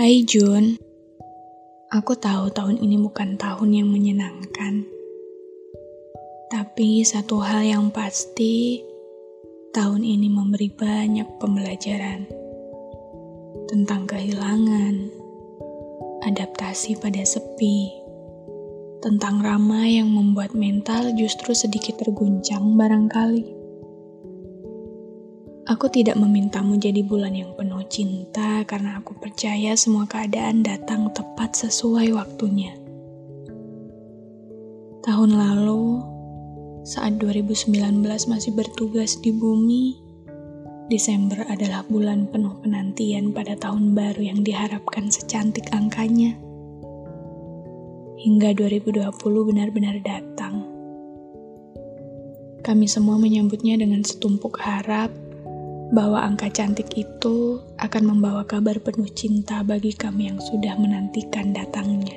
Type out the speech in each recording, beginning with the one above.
Hai Jun, aku tahu tahun ini bukan tahun yang menyenangkan. Tapi satu hal yang pasti, tahun ini memberi banyak pembelajaran. Tentang kehilangan, adaptasi pada sepi, tentang ramai yang membuat mental justru sedikit terguncang barangkali. Aku tidak memintamu jadi bulan yang penuh cinta karena aku percaya semua keadaan datang tepat sesuai waktunya. Tahun lalu, saat 2019 masih bertugas di bumi, Desember adalah bulan penuh penantian pada tahun baru yang diharapkan secantik angkanya. Hingga 2020 benar-benar datang. Kami semua menyambutnya dengan setumpuk harap bahwa angka cantik itu akan membawa kabar penuh cinta bagi kami yang sudah menantikan datangnya.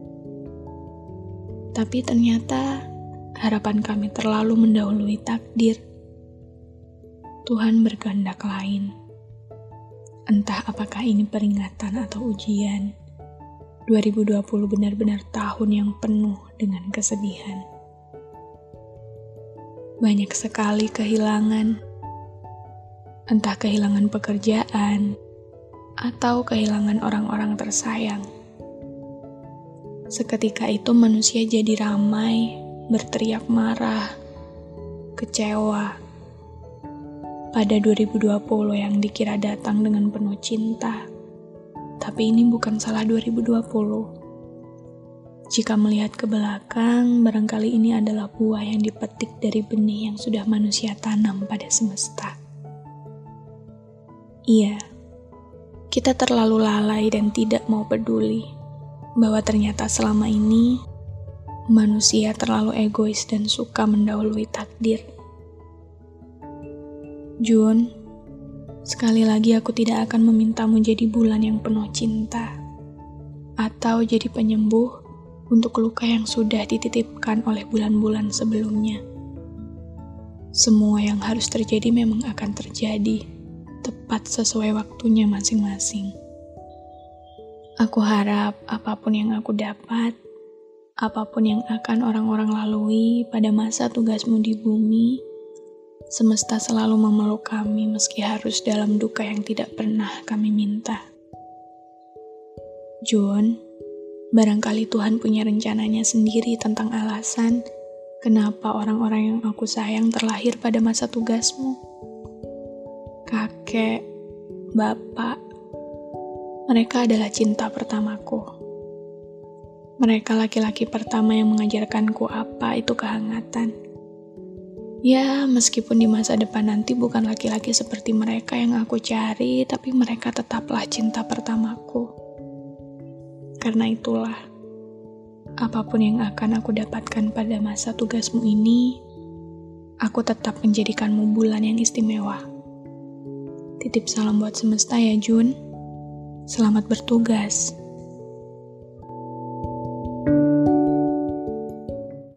Tapi ternyata harapan kami terlalu mendahului takdir. Tuhan berkehendak lain. Entah apakah ini peringatan atau ujian. 2020 benar-benar tahun yang penuh dengan kesedihan. Banyak sekali kehilangan. Entah kehilangan pekerjaan, atau kehilangan orang-orang tersayang. Seketika itu manusia jadi ramai, berteriak marah, kecewa. Pada 2020 yang dikira datang dengan penuh cinta, tapi ini bukan salah 2020. Jika melihat ke belakang, barangkali ini adalah buah yang dipetik dari benih yang sudah manusia tanam pada semesta. Iya, kita terlalu lalai dan tidak mau peduli bahwa ternyata selama ini manusia terlalu egois dan suka mendahului takdir. Jun, sekali lagi aku tidak akan memintamu jadi bulan yang penuh cinta atau jadi penyembuh untuk luka yang sudah dititipkan oleh bulan-bulan sebelumnya. Semua yang harus terjadi memang akan terjadi tepat sesuai waktunya masing-masing. Aku harap apapun yang aku dapat, apapun yang akan orang-orang lalui pada masa tugasmu di bumi, semesta selalu memeluk kami meski harus dalam duka yang tidak pernah kami minta. Jun, barangkali Tuhan punya rencananya sendiri tentang alasan kenapa orang-orang yang aku sayang terlahir pada masa tugasmu. Kakek, bapak, mereka adalah cinta pertamaku. Mereka laki-laki pertama yang mengajarkanku apa itu kehangatan. Ya, meskipun di masa depan nanti bukan laki-laki seperti mereka yang aku cari, tapi mereka tetaplah cinta pertamaku. Karena itulah, apapun yang akan aku dapatkan pada masa tugasmu ini, aku tetap menjadikanmu bulan yang istimewa. Titip salam buat semesta ya Jun. Selamat bertugas.